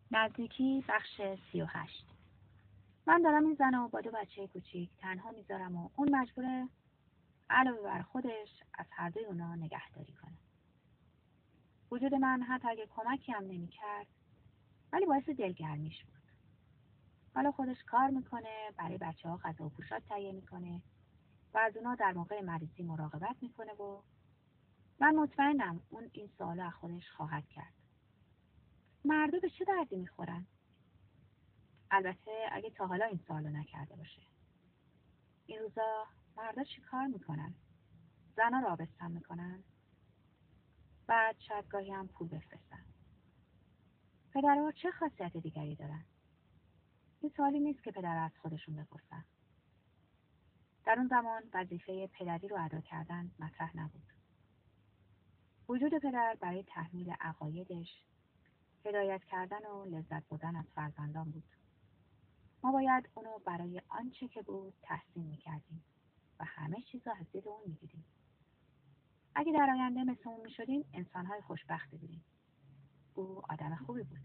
نزدیکی بخش 38. من دارم این زن و با 2 بچه کوچیک تنها میذارم و اون مجبوره علاوه بر خودش از هر دوی اونا نگهداری کنه. وجود من حتی اگه کمکی هم نمی‌کرد ولی باعث دلگرمیش بود. حالا خودش کار میکنه، برای بچه‌ها غذا و پوشاک تهیه میکنه و از اونا در موقع مریضی مراقبت میکنه و من مطمئنم اون این سوالا از خودش خواهد کرد. مردا به چه دردی میخورن؟ البته اگه تا حالا این سوالو نکرده باشه. این روزا مردا چی کار میکنن؟ زنا را آبستن میکنن؟ بعد شاید گاهی هم پول بفرستن. پدرها چه خاصیت دیگری دارن؟ این سوالی نیست که پدر از خودشون بپرسن. در اون زمان وظیفه پدری رو ادا کردن مطرح نبود. وجود پدر برای تحمیل عقایدش، هدایت کردن و لذت بردن از فرزندان بود. ما باید اونو برای آنچه که بود تحسین میکردیم و همه چیز رو از دید اون میدیدیم. اگه در آینده مثل اون میشدیم انسانهای خوشبختی بودیم. او آدم خوبی بود.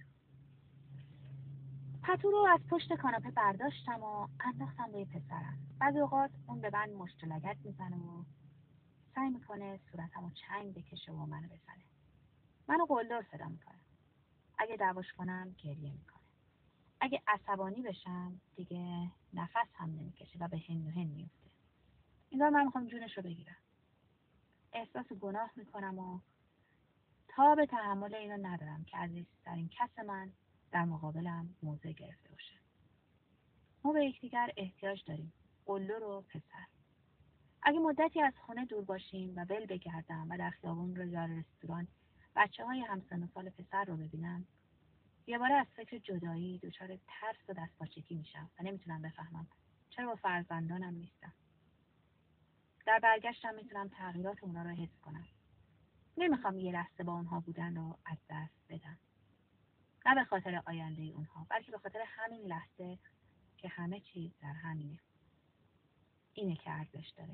پتو رو از پشت کاناپه برداشتم و انداختم روی پسرم. بعضی اوقات اون به من مشت و لگد میزنه و سعی میکنه صورتمو چنگ بکشه و منو بزنه. منو قلدر صدا میکنه. اگه دعواش کنم گریه میکنه. اگه عصبانی بشم دیگه نفس هم نمیکشه و به هن و هن میفته. انگار من میخوام جونش رو بگیرم. احساس گناه میکنم و تا به تحمل اینو ندارم که عزیزترین کس من در مقابلم موضع گرفته باشه. ما به یکدیگر احتیاج داریم. قلدر و پسر. اگه مدتی از خونه دور باشیم و ول بگردم و در خیابون رو یا رستوران بچه‌های همسن و سال پسر رو ببینم، یه باره از فکر جدایی دچار ترس و دستپاچگی میشم و نمیتونم بفهمم چرا با فرزندانم نیستم. در برگشتم میتونم تغییرات اونا رو حس کنم. نمیخوام یه لحظه با اونها بودن رو از دست بدم. نه به خاطر آینده اونها، بلکه به خاطر همین لحظه که همه چیز در همینه. اینه که ارزش داره.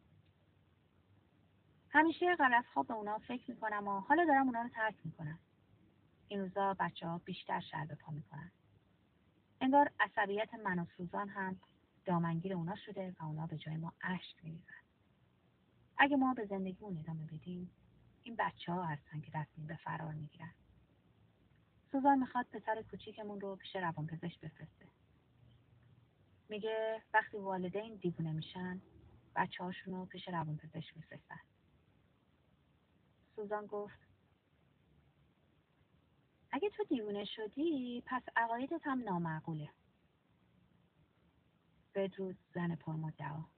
همیشه غلط‌ها به اونا فکر میکنم و حالا دارم اونا رو ترک میکنم. این روزا بچه‌ها بیشتر شر به پا میکنن. انگار عصبیت من و سوزان هم دامنگیر اونا شده و اونا به جای ما اشک میریزن. اگه ما به زندگیمون ادامه بدیم، این بچه‌ها هستن که دست به فرار میگیرن. سوزان میخواد پسر کوچیکمون رو پیش روانپزشک بفرسته. میگه وقتی والدین دیوونه میشن، بچه‌هاشون رو پیش روانپزشک میفرستن. سوزان گفت اگه تو دیوونه شدی، پس عقایدت هم نامعقوله. بدرود زن پرمدعا.